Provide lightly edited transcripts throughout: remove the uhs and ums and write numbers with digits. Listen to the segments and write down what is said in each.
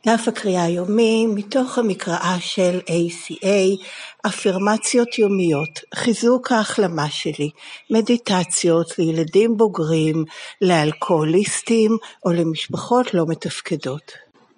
דף הקריאה היומי מתוך המקראה של ACA, אפירמציות יומיות, חיזוק ההחלמה שלי, מדיטציות לילדים בוגרים, לאלכוהוליסטים או למשפחות לא מתפקדות.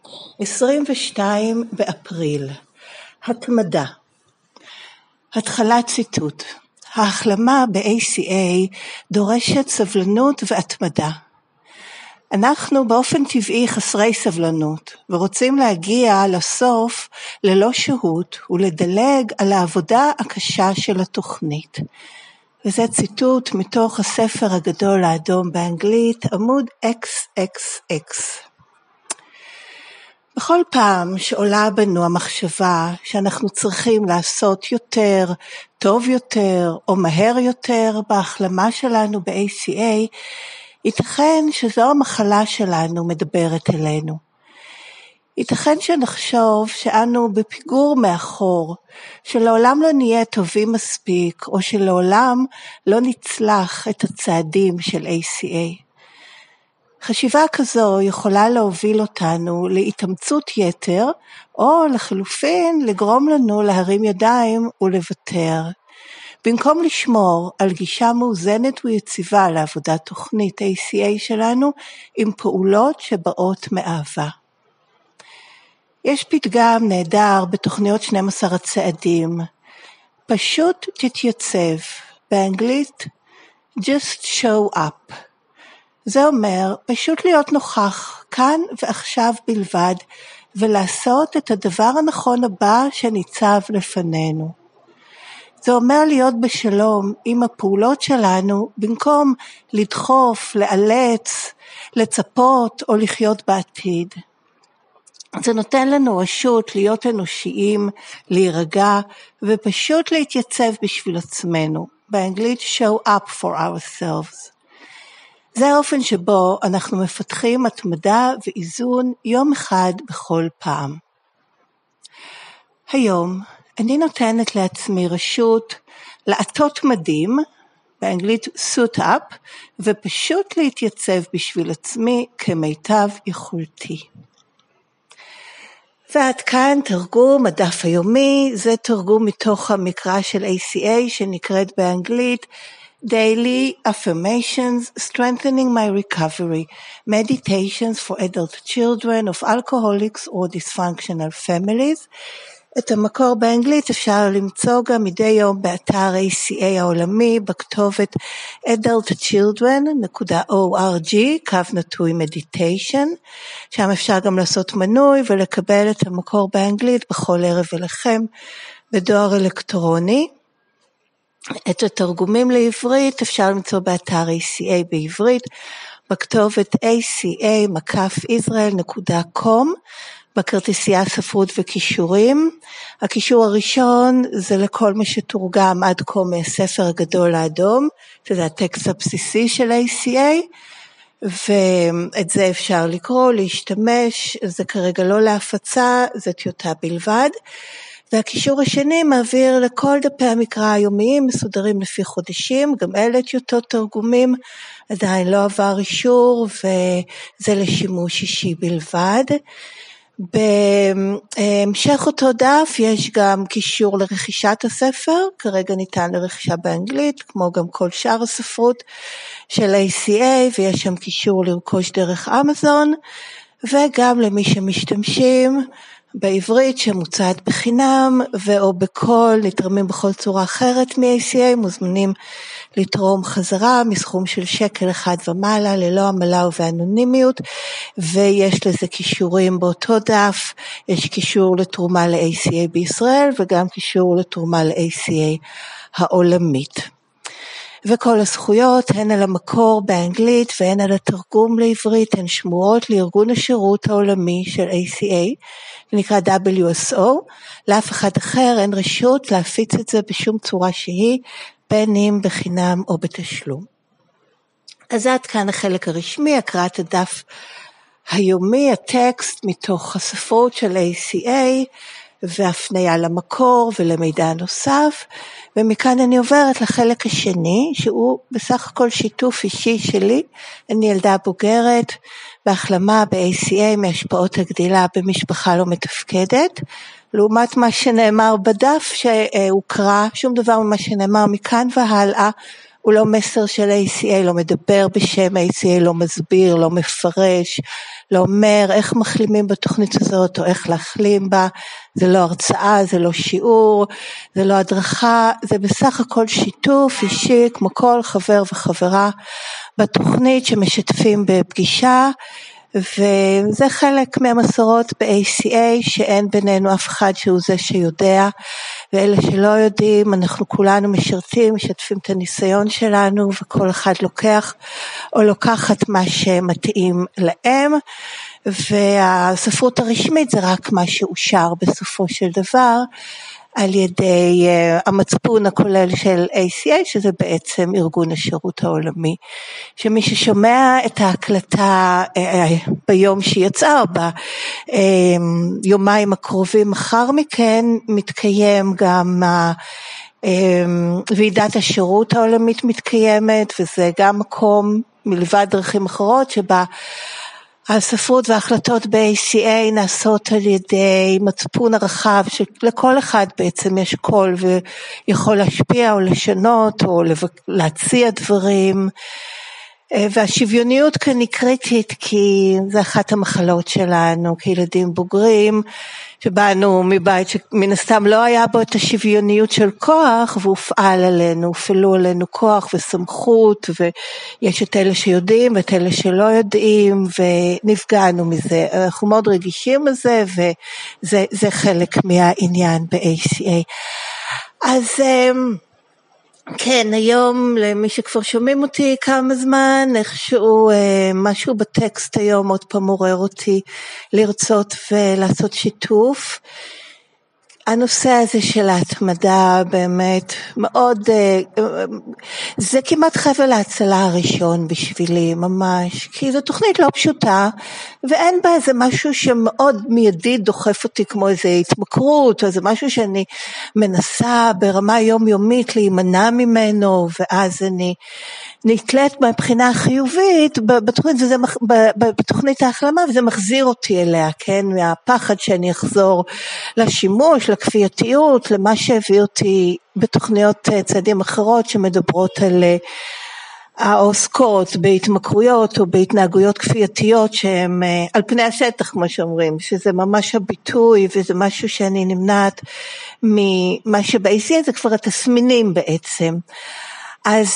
22 באפריל, התמדה. התחלת ציטוט. ההחלמה ב-ACA דורשת סבלנות והתמדה. אנחנו באופן טבעי חסרי סבלנות ורוצים להגיע לסוף ללא שהות ולדלג על העבודה הקשה של התוכנית. וזה ציטוט מתוך הספר הגדול האדום באנגלית, עמוד XXX. בכל פעם שעולה בנו המחשבה שאנחנו צריכים לעשות יותר, טוב יותר או מהר יותר בהחלמה שלנו ב-ACA, ייתכן שזו המחלה שלנו מדברת אלינו. ייתכן שנחשוב שאנו בפיגור מאחור, שלעולם לא נהיה טובים מספיק, או שלעולם לא נצלח את הצעדים של ACA. חשיבה כזו יכולה להוביל אותנו להתאמצות יתר, או לחלופין לגרום לנו להרים ידיים ולוותר. במקום לשמור על גישה מאוזנת ויציבה לעבודת תוכנית ACA שלנו עם פעולות שבאות מאהבה. יש פתגם נהדר בתוכניות 12 הצעדים, פשוט תתייצב, באנגלית just show up. זה אומר פשוט להיות נוכח כאן ועכשיו בלבד ולעשות את הדבר הנכון הבא שניצב לפנינו. זה אומר להיות בשלום עם הפעולות שלנו במקום לדחוף, לאלץ, לצפות או לחיות בעתיד. זה נותן לנו רשות להיות אנושיים, להירגע ופשוט להתייצב בשביל עצמנו. באנגלית show up for ourselves. זה האופן שבו אנחנו מפתחים התמדה ואיזון יום אחד בכל פעם. היום אני נותנת לעצמי רשות לעטות מדים, באנגלית suit up, ופשוט להתייצב בשביל עצמי כמיטב יכולתי. ועד כאן תרגום הדף היומי, זה תרגום מתוך המקרא של ACA שנקראת באנגלית Daily Affirmations Strengthening My Recovery, Meditations for Adult Children of Alcoholics or Dysfunctional Families. את המקור באנגלית אפשר למצוא גם מדי יום באתר ACA העולמי בכתובת adultchildren.org/meditation, שם אפשר גם לעשות מנוי ולקבל את המקור באנגלית בכל ערב אליכם בדואר אלקטרוני. את התרגומים לעברית אפשר למצוא באתר ACA בעברית בכתובת aca-israel.com, בכרטיסייה ספרות וקישורים. הקישור הראשון זה לכל מה שתורגם עד כה מהספר הגדול האדום, שזה הטקסט הבסיסי של ACA, ואת זה אפשר לקרוא, להשתמש, זה כרגע לא להפצה, זה טיוטה בלבד. והקישור השני מעביר לכל דפי המקרא היומיים, מסודרים לפי חודשים, גם אלה טיוטות תרגומים, עדיין לא עבר אישור, וזה לשימוש אישי בלבד. בהמשך אותו דף יש גם קישור לרכישת הספר, כרגע ניתן לרכישה באנגלית, כמו גם כל שאר הספרות של ACA, ויש שם קישור לרכוש דרך אמזון, וגם למי שמשתמשים בעברית שמוצעת בחינם, ואו בכל, נתרמים בכל צורה אחרת מ-ACA, מוזמנים לתרום חזרה מסכום של $1 ומעלה, ללא עמלה ובאנונימיות, ויש לזה קישורים באותו דף, יש קישור לתרומה ל-ACA בישראל, וגם קישור לתרומה ל-ACA העולמית. וכל הזכויות, הן על המקור באנגלית והן על התרגום לעברית, הן שמורות לארגון השירות העולמי של ACA, שנקרא WSO, לאף אחד אחר אין רשות להפיץ את זה בשום צורה שהיא, בין אם בחינם או בתשלום. אז עד כאן החלק הרשמי, הקראת הדף היומי, הטקסט מתוך הספרות של ACA, והפניה למקור ולמידע נוסף, ומכאן אני עוברת לחלק השני, שהוא בסך הכל שיתוף אישי שלי. אני ילדה בוגרת, בהחלמה ב-ACA מהשפעות הגדילה במשפחה לא מתפקדת, לעומת מה שנאמר בדף שהוקרא, שום דבר ממה שנאמר מכאן והלאה, הוא לא מסר של ACA, לא מדבר בשם ACA, לא מסביר, לא מפרש, לא אומר איך מחלימים בתוכנית הזאת או איך להחלים בה, זה לא הרצאה, זה לא שיעור, זה לא הדרכה, זה בסך הכל שיתוף אישי כמו כל חבר וחברה בתוכנית שמשתפים בפגישה, וזה חלק מהמסורות ב-ACA שאין בינינו אף אחד שהוא זה שיודע, ואלה שלא יודעים אנחנו כולנו משתפים את הניסיון שלנו, וכל אחד לוקח או לוקחת מה שמתאים להם, והספרות הרשמית זה רק מה שאושר בסופו של דבר על ידי המצפון הכולל של ACA, שזה בעצם ארגון השירות העולמי, שמי ששומע את ההקלטה ביום שיצאה, ביומיים הקרובים אחר מכן, מתקיים גם ועידת השירות העולמית מתקיימת, וזה גם מקום מלבד דרכים אחרות שבה הספרות וההחלטות ב-ACA נעשות על ידי מצפון הרחב, שלכל אחד בעצם יש קול ויכול להשפיע או לשנות או להציע דברים, והשוויוניות כאן היא קריטית כי זה אחת המחלות שלנו כילדים בוגרים, שבאנו מבית שמן הסתם לא היה בו את השוויוניות של כוח, והופעל עלינו, הופעלו עלינו כוח וסמכות, ויש את אלה שיודעים ואת אלה שלא יודעים, ונפגענו מזה. אנחנו מאוד רגישים לזה, וזה חלק מהעניין ב-ACA. אז כן, היום למי שכבר שומעים אותי כמה זמן, איכשהו משהו בטקסט היום עוד פעם עורר אותי לרצות ולעשות שיתוף. הנושא הזה של ההתמדה באמת מאוד, זה כמעט חבל ההצלה הראשון בשבילי ממש, כי זו תוכנית לא פשוטה, ואין בה איזה משהו שמאוד מיידי דוחף אותי כמו איזה התמכרות, או איזה משהו שאני מנסה ברמה יומיומית להימנע ממנו, ואז אני נתלית מבחינה חיובית בתוכנית, בתוכנית ההחלמה, וזה מחזיר אותי אליה, כן, מהפחד שאני אחזור לשימוש, לכפייתיות, למה שהביא אותי בתוכניות צעדים אחרות שמדברות על העוסקות בהתמכרויות או בהתנהגויות כפייתיות שהן על פני השטח, כמו שאומרים, שזה ממש הביטוי, וזה משהו שאני נמנעת ממה שב-ACA זה כבר התסמינים בעצם. אז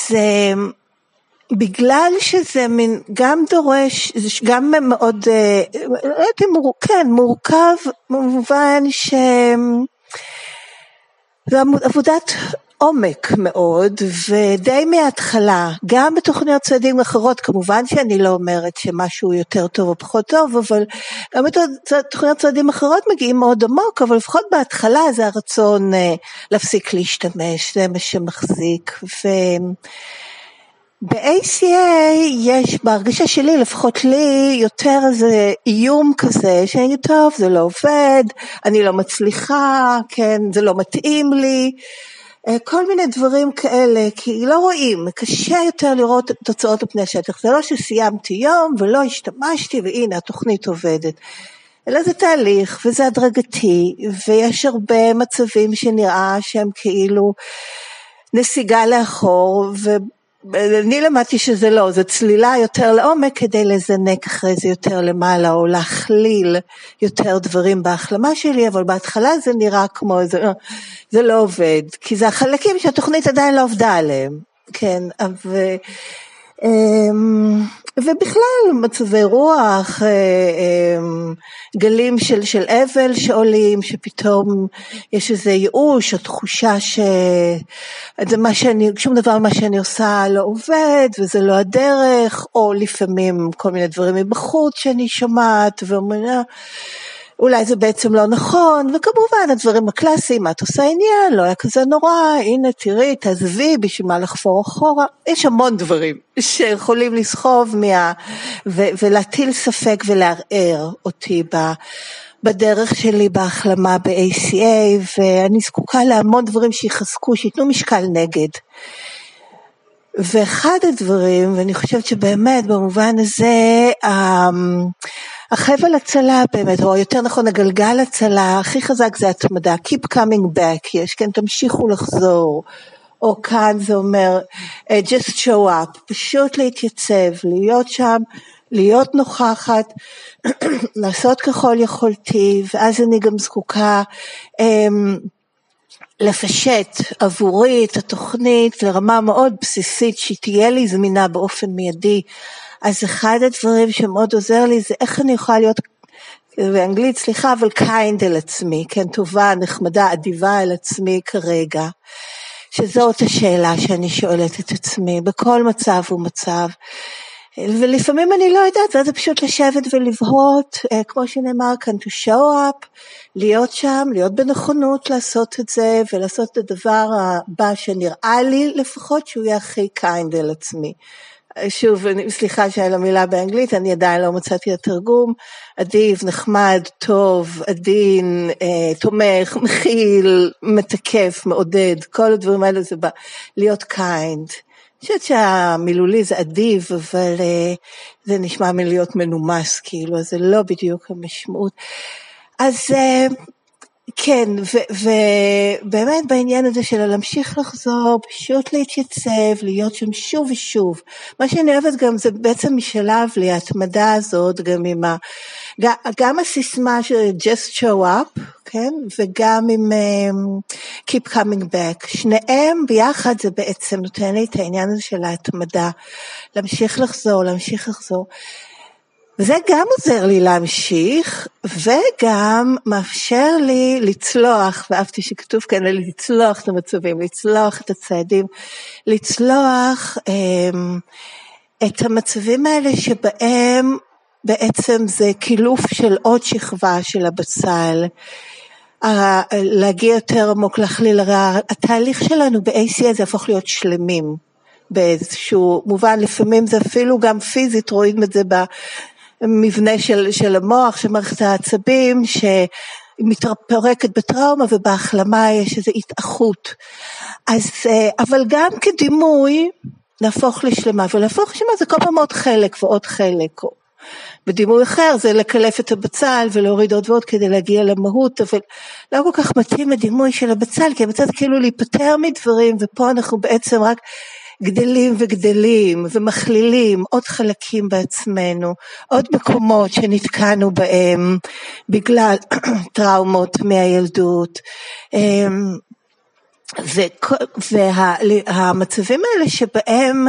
בגלל שזה גם דורש, זה גם מאוד, כן, מורכב, במובן זה עבודת עומק מאוד, ודי מההתחלה, גם בתוכניות צעדים אחרות, כמובן שאני לא אומרת שמשהו יותר טוב או פחות טוב, אבל גם בתוכניות צעדים אחרות מגיעים מאוד עמוק, אבל לפחות בהתחלה זה הרצון להפסיק להשתמש, זה מה שמחזיק, ב-ACA יש בהרגשה שלי, לפחות לי, יותר איזה איום כזה, שאני אגיד, טוב, זה לא עובד, אני לא מצליחה, כן, זה לא מתאים לי, כל מיני דברים כאלה, כי לא רואים, קשה יותר לראות תוצאות בפני השטח, זה לא שסיימתי יום ולא השתמשתי, והנה התוכנית עובדת, אלא זה תהליך וזה הדרגתי, ויש הרבה מצבים שנראה שהם כאילו נסיגה לאחור, אני למדתי שזה לא, זה צלילה יותר לעומק כדי לזנק אחרי זה יותר למעלה, או להכליל יותר דברים בהחלמה שלי, אבל בהתחלה זה נראה כמו זה לא עובד, כי זה החלקים שהתוכנית עדיין לא עובדה עליהם, כן, ובכלל מצבי רוח, גלים של אבל שעולים, שפתאום יש איזה ייאוש או תחושה שום דבר מה שאני עושה לא עובד וזה לא הדרך, או לפעמים כל מיני דברים מבחוץ שאני שומעת ואומרת אולי זה בעצם לא נכון, וכמובן הדברים הקלאסיים, מה את עושה עניין, לא היה כזה נורא, הנה תראי, תעזבי, בשביל מה לחפור אחורה, יש המון דברים שיכולים לסחוב ולהטיל ספק ולערער אותי בדרך שלי בהחלמה ב-ACA, ואני זקוקה להמון דברים שיחזקו, שיתנו משקל נגד. ואחד הדברים, ואני חושבת שבאמת במובן הזה, החבל הצלה באמת, או יותר נכון הגלגל הצלה הכי חזק זה התמדה, keep coming back, יש כן, תמשיכו לחזור, או כאן זה אומר, just show up, פשוט להתייצב, להיות שם, להיות נוכחת, לעשות ככל יכולתי, ואז אני גם זקוקה לפשט עבורי את התוכנית לרמה מאוד בסיסית, שהיא תהיה לי זמינה באופן מיידי. אז אחד הדברים שמאוד עוזר לי זה איך אני יכולה להיות, באנגלית סליחה, אבל kind אל עצמי, כן, טובה, נחמדה, אדיבה אל עצמי כרגע. שזאת השאלה שאני שואלת את עצמי, בכל מצב ומצב. ולפעמים אני לא יודעת, ואז זה פשוט לשבת ולבהות, כמו שנאמר כאן, to show up, להיות שם, להיות בנכונות לעשות את זה, ולעשות את הדבר הבא שנראה לי, לפחות שהוא יהיה הכי kind אל עצמי. שוב, סליחה שעל המילה באנגלית, אני עדיין לא מצאתי התרגום, אדיב, נחמד, טוב, עדין, תומך, מכיל, מתקף, מעודד, כל הדברים האלה זה להיות kind. אני חושבת שהמילולי זה אדיב, אבל זה נשמע מלהיות מנומס, כאילו, זה לא בדיוק המשמעות. אז כן, ובאמת בעניין הזה של להמשיך לחזור, פשוט להתייצב, להיות שם שוב ושוב. מה שאני אוהבת גם זה בעצם משלב לי, ההתמדה הזאת, גם הסיסמה של just show up, כן? וגם עם keep coming back. שניהם ביחד זה בעצם נותן לי את העניין הזה של ההתמדה. להמשיך לחזור, להמשיך לחזור. וזה גם עוזר לי להמשיך, וגם מאפשר לי לצלוח, ואהבתי שכתוב כאן, לצלוח את המצבים, לצלוח את הצעדים, לצלוח את המצבים האלה שבהם בעצם זה קילוף של עוד שכבה של הבצל, להגיע יותר עמוק, להכליל, התהליך שלנו ב-ACA זה הפוך להיות שלמים, באיזשהו מובן, לפעמים זה אפילו גם פיזית, רואים את זה במבנה של המוח, של מערכת העצבים, שמתפרקת בטראומה, ובהחלמה יש איזו התאחות. אז, אבל גם כדימוי, להפוך לשלמה, ולהפוך לשלמה זה כל פעם עוד חלק ועוד חלק. בדימוי אחר זה לקלף את הבצל, ולהוריד עוד ועוד כדי להגיע למהות, אבל לא כל כך מתאים הדימוי של הבצל, כי הבצל כאילו להיפטר מדברים, ופה אנחנו בעצם רק גדלים וגדלים ומכלילים עוד חלקים בעצמנו, עוד מקומות שנתקענו בהם בגלל טראומות מהילדות, והמצבים האלה שבהם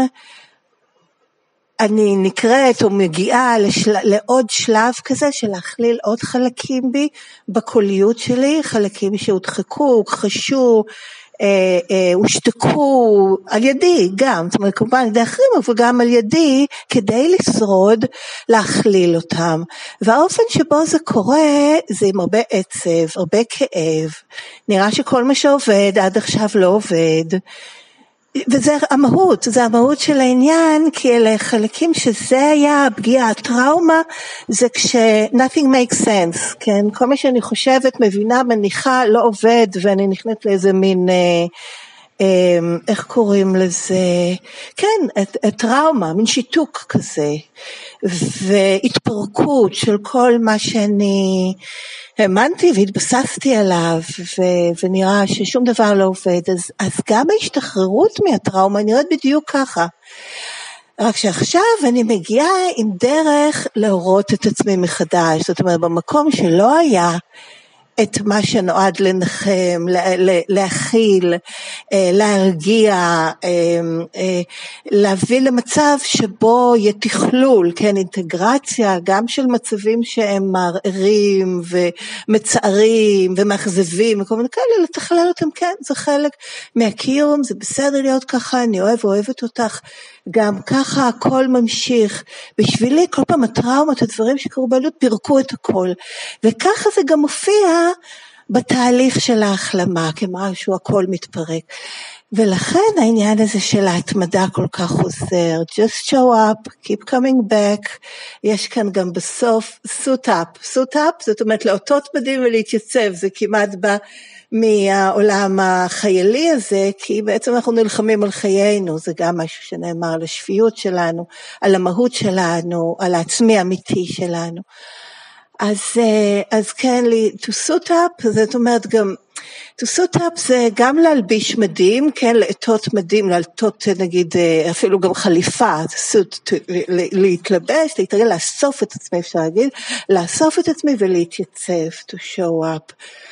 אני נקראת או מגיעה לעוד שלב כזה של להכליל עוד חלקים בי בקוליות שלי, חלקים שהודחקו, הוכחשו, הושתקו על ידי גם, זאת אומרת כמובן על ידי אחרים, אבל גם על ידי כדי לשרוד להכליל אותם. והאופן שבו זה קורה זה עם הרבה עצב, הרבה כאב, נראה שכל מה שעובד עד עכשיו לא עובד, וזה המהות, זה המהות של העניין, כי אלה חלקים שזה היה הפגיעה, הטראומה, זה nothing makes sense, כן? כל מה שאני חושבת, מבינה, מניחה, לא עובד, ואני נכנסת לאיזה מין, איך קוראים לזה? כן, טראומה, מין שיתוק כזה, והתפרקות של כל מה שאני האמנתי והתבססתי עליו, ונראה ששום דבר לא עובד, אז גם ההשתחררות מהטראומה נראית בדיוק ככה. רק שעכשיו אני מגיעה עם דרך להורות את עצמי מחדש, זאת אומרת במקום שלא היה את מה שנועד לנחם, להכיל, להרגיע, להביא למצב שבו יהיה תכלול, כן, אינטגרציה גם של מצבים שהם מערערים ומצערים ומאכזבים וכל מיני כאלה, לתכלל אותם, כן, זה חלק מהקיום, זה בסדר להיות ככה, אני אוהבת אותך, גם ככה הכל ממשיך, בשבילי כל פעם הטראומות, הדברים שקרו בילדות פירקו את הכל, וככה זה גם מופיע בתהליך של ההחלמה, כמשהו הכל מתפרק, ולכן העניין הזה של ההתמדה כל כך עוזר. Just show up, keep coming back. יש כאן גם בסוף suit up, זאת אומרת לאותות מדהים ולהתייצב, זה כמעט בא מהעולם החיילי הזה, כי בעצם אנחנו נלחמים על חיינו, זה גם משהו שנאמר על השפיות שלנו, על המהות שלנו, על העצמי האמיתי שלנו. אז כן, to suit up, זאת אומרת גם, to suit up זה גם להלביש מדים, כן, לעטות מדים, לעטות נגיד אפילו גם חליפה, זה suit, להתלבש, להתרגל, לאסוף את עצמי, אפשר להגיד, לאסוף את עצמי ולהתייצב, to show up.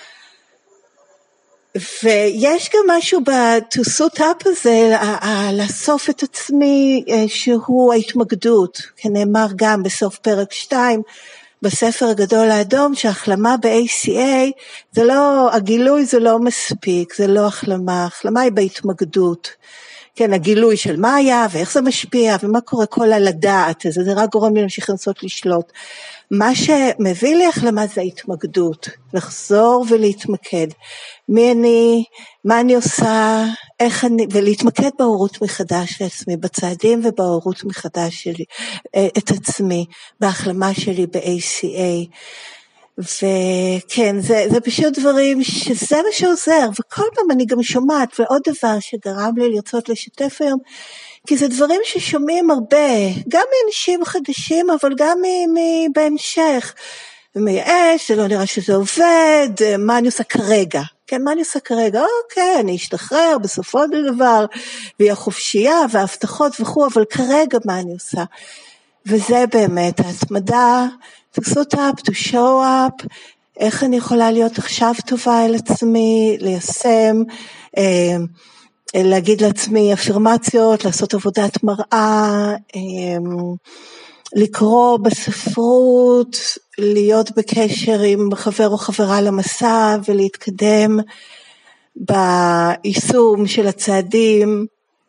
ויש גם משהו ב-to suit up הזה, לאסוף את עצמי, שהוא ההתמקדות, כנאמר גם בסוף פרק 2, בספר הגדול האדום, שההחלמה ב-ACA, זה לא, הגילוי זה לא מספיק, זה לא החלמה, החלמה היא בהתמקדות. כן, הגילוי של מה היה, ואיך זה משפיע, ומה קורה כל הלדעת, זה רק גורם לי להמשיך לנסות לשלוט. מה שמביא לי החלמה זה ההתמקדות, לחזור ולהתמקד. מי אני, מה אני עושה, איך אני, ולהתמקד בהורות מחדש לעצמי, בצעדים ובהורות מחדש שלי, את עצמי, בהחלמה שלי ב-ACA. וכן, זה פשוט דברים שזה מה שעוזר, וכל פעם אני גם שומעת, ועוד דבר שגרם לי לרצות לשתף היום, כי זה דברים ששומעים הרבה, גם מאנשים חדשים, אבל גם בהמשך, ומייאש, זה לא נראה שזה עובד, מה אני עושה כרגע? כן, מה אני עושה כרגע? אוקיי, אני אשתחרר בסופו של דבר, ויהיה חופשייה והבטחות וכו', אבל כרגע מה אני עושה? וזה באמת ההתמדה, to suit up, to show up, איך אני יכולה להיות עכשיו טובה אל עצמי, ליישם, להגיד לעצמי אפירמציות, לעשות עבודת מראה, לקרוא בספרות, להיות בקשר עם חבר או חברה למסע ולהתקדם ביישום של הצעדים.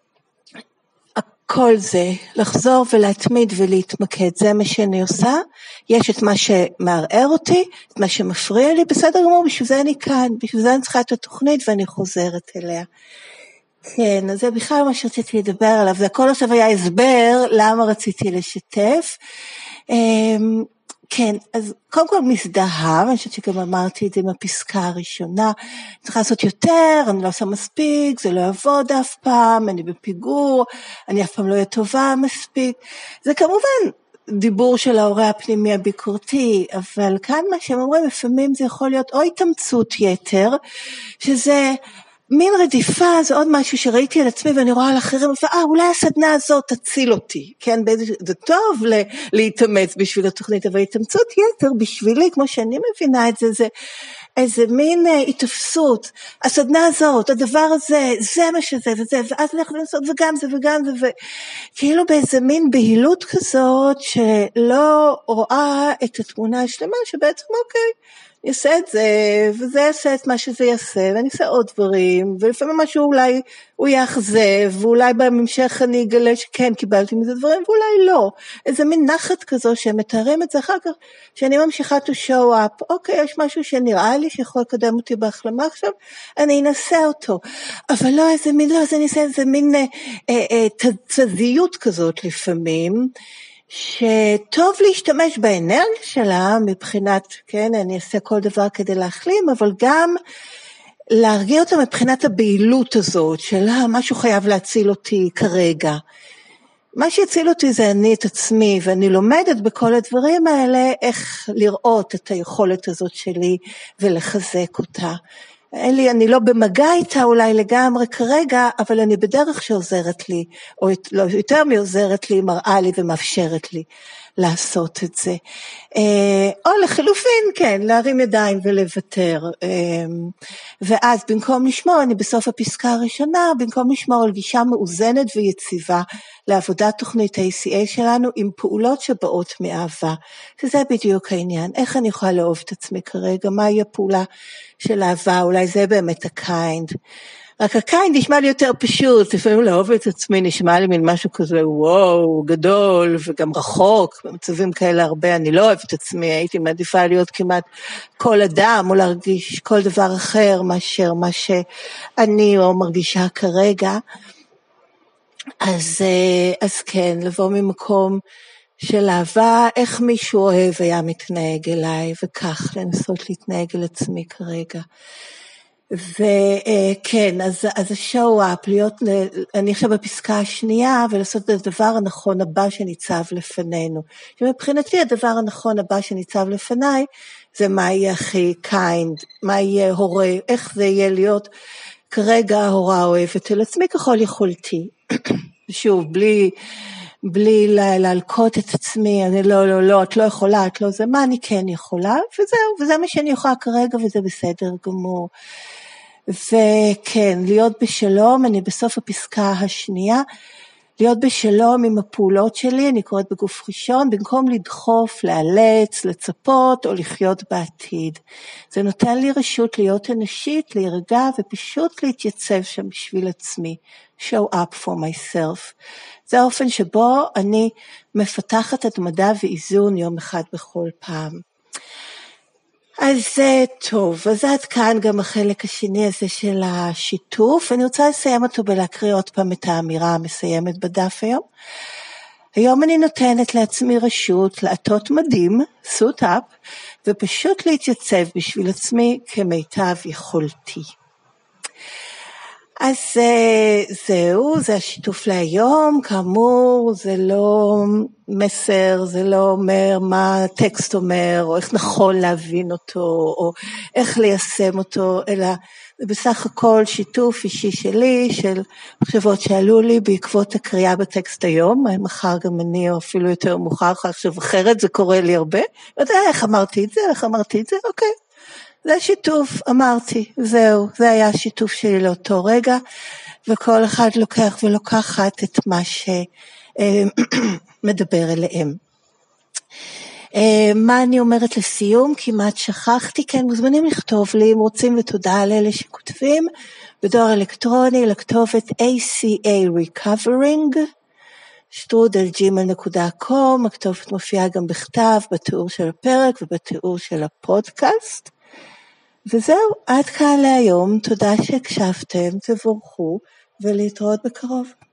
כל זה, לחזור ולהתמיד ולהתמקד, זה מה שאני עושה. יש את מה שמערער אותי, את מה שמפריע לי, בסדר גמור, בשביל זה אני כאן, בשביל זה אני צריכה את התוכנית ואני חוזרת אליה. כן, אז זה בכלל מה שרציתי לדבר עליו, זה הכל עכשיו היה הסבר למה רציתי לשתף. כן, אז קודם כל מזדהה, ואני חושבת שגם אמרתי את זה עם הפסקה הראשונה, צריכה לעשות יותר, אני לא עושה מספיק, זה לא יעבוד אף פעם, אני בפיגור, אני אף פעם לא אהיה טובה מספיק. זה כמובן דיבור של ההורה הפנימי הביקורתי, אבל כאן מה שהם אומרים, לפעמים זה יכול להיות או התאמצות יתר, שזה מין רדיפה, זה עוד משהו שראיתי על עצמי ואני רואה על אחרים, אולי הסדנה הזאת תציל אותי, כן, זה טוב להתאמץ בשביל התוכנית, אבל התאמצות יתר בשבילי, כמו שאני מבינה את זה, זה איזה מין התאפסות, הסדנה הזאת, הדבר הזה, זה מה שזה וזה, ואז אנחנו לעשות וגם זה וגם זה, וכאילו באיזה מין בהילות כזאת, שלא רואה את התמונה השלמה, שבעצם אוקיי, יעשה את זה, וזה יעשה את מה שזה יעשה, ואני אעשה עוד דברים, ולפעמים משהו אולי הוא יאכזב, ואולי בהמשך אני אגלה שכן קיבלתי מזה דברים, ואולי לא. איזה מין נחת כזו שמתארים את זה אחר כך, שאני ממשיכה to show up, אוקיי, יש משהו שנראה לי שיכול לקדם אותי בהחלמה עכשיו, אני אנסה אותו. אבל לא איזה מין, לא, אז אני אעשה איזה מין תזזיות כזאת לפעמים, שטוב להשתמש באנרגיה שלה מבחינת, כן, אני אעשה כל דבר כדי להחלים, אבל גם להרגיע אותה מבחינת הבהילות הזאת, של משהו חייב להציל אותי כרגע. מה שיציל אותי זה אני את עצמי, ואני לומדת בכל הדברים האלה איך לראות את היכולת הזאת שלי ולחזק אותה. אני לא במגע איתה אולי לגמרי כרגע, אבל אני בדרך שעוזרת לי, או לא, יותר מעוזרת לי, מראה לי ומאפשרת לי לעשות את זה. או לחילופין, כן, להרים ידיים ולוותר. ואז במקום לשמור, אני בסוף הפסקה הראשונה, במקום לשמור על גישה מאוזנת ויציבה לעבודת תוכנית ה-ACA שלנו, עם פעולות שבאות מאהבה. שזה בדיוק העניין. איך אני יכולה לאהוב את עצמי כרגע? מהי הפעולה של אהבה? אולי זה באמת הקיינד. רק הקיינד נשמע לי יותר פשוט, לפעמים לאהוב את עצמי נשמע לי מין משהו כזה וואו, גדול וגם רחוק, במצבים כאלה הרבה אני לא אוהבת את עצמי, הייתי מעדיפה להיות כמעט כל אדם או להרגיש כל דבר אחר מאשר מה שאני או מרגישה כרגע, אז כן, לבוא ממקום של אהבה, איך מישהו אוהב היה מתנהג אליי, וכך לנסות להתנהג על עצמי כרגע. וכן, אז השואו-אפ, אני עכשיו בפסקה השנייה, ולעשות את הדבר הנכון הבא שניצב לפנינו. שמבחינתי הדבר הנכון הבא שניצב לפניי, זה מה יהיה הכי קיינד, מה יהיה הורה, איך זה יהיה להיות כרגע הורה אוהבת אל עצמי ככל יכולתי. שוב, בלי להלקות את עצמי, אני לא, את לא יכולה, את לא זה, מה אני כן יכולה, וזהו, וזה מה שאני יכולה כרגע, וזה בסדר גמור. וכן, להיות בשלום, אני בסוף הפסקה השנייה, להיות בשלום עם הפעולות שלי, אני קוראת בגוף ראשון, במקום לדחוף, לאלץ, לצפות או לחיות בעתיד. זה נותן לי רשות להיות אנושית, להירגע ופשוט להתייצב שם בשביל עצמי. show up for myself. זה האופן שבו אני מפתחת התמדה ואיזון יום אחד בכל פעם. אז זה טוב, אז עד כאן גם החלק השני הזה של השיתוף. אני רוצה לסיים אותו בלהקריא עוד פעם את האמירה המסיימת בדף היום. היום אני נותנת לעצמי רשות לעטות מדים, suit up, ופשוט להתייצב בשביל עצמי כמיטב יכולתי. אז זהו, זה השיתוף להיום, כאמור זה לא מסר, זה לא אומר מה הטקסט אומר, או איך נכון להבין אותו, או איך ליישם אותו, אלא זה בסך הכל שיתוף אישי שלי, של מחשבות שעלו לי בעקבות הקריאה בטקסט היום, מחר גם אני, או אפילו יותר מאוחר, עכשיו אחרת, זה קורה לי הרבה, איך אמרתי את זה, אוקיי. זה שיתוף, אמרתי, זהו, זה היה השיתוף שלי לאותו רגע, וכל אחד לוקח ולוקחת את מה שמדבר אליהם. מה אני אומרת לסיום? כמעט שכחתי, כן, מוזמנים לכתוב לי, אם רוצים, ותודה לאלה שכותבים, בדואר אלקטרוני, לכתובת acarecovering@gmail.com, הכתובת מופיעה גם בכתב, בתיאור של הפרק ובתיאור של הפודקאסט. וזהו, עד כאן להיום, תודה שהקשבתם, תבורכו ולהתראות בקרוב.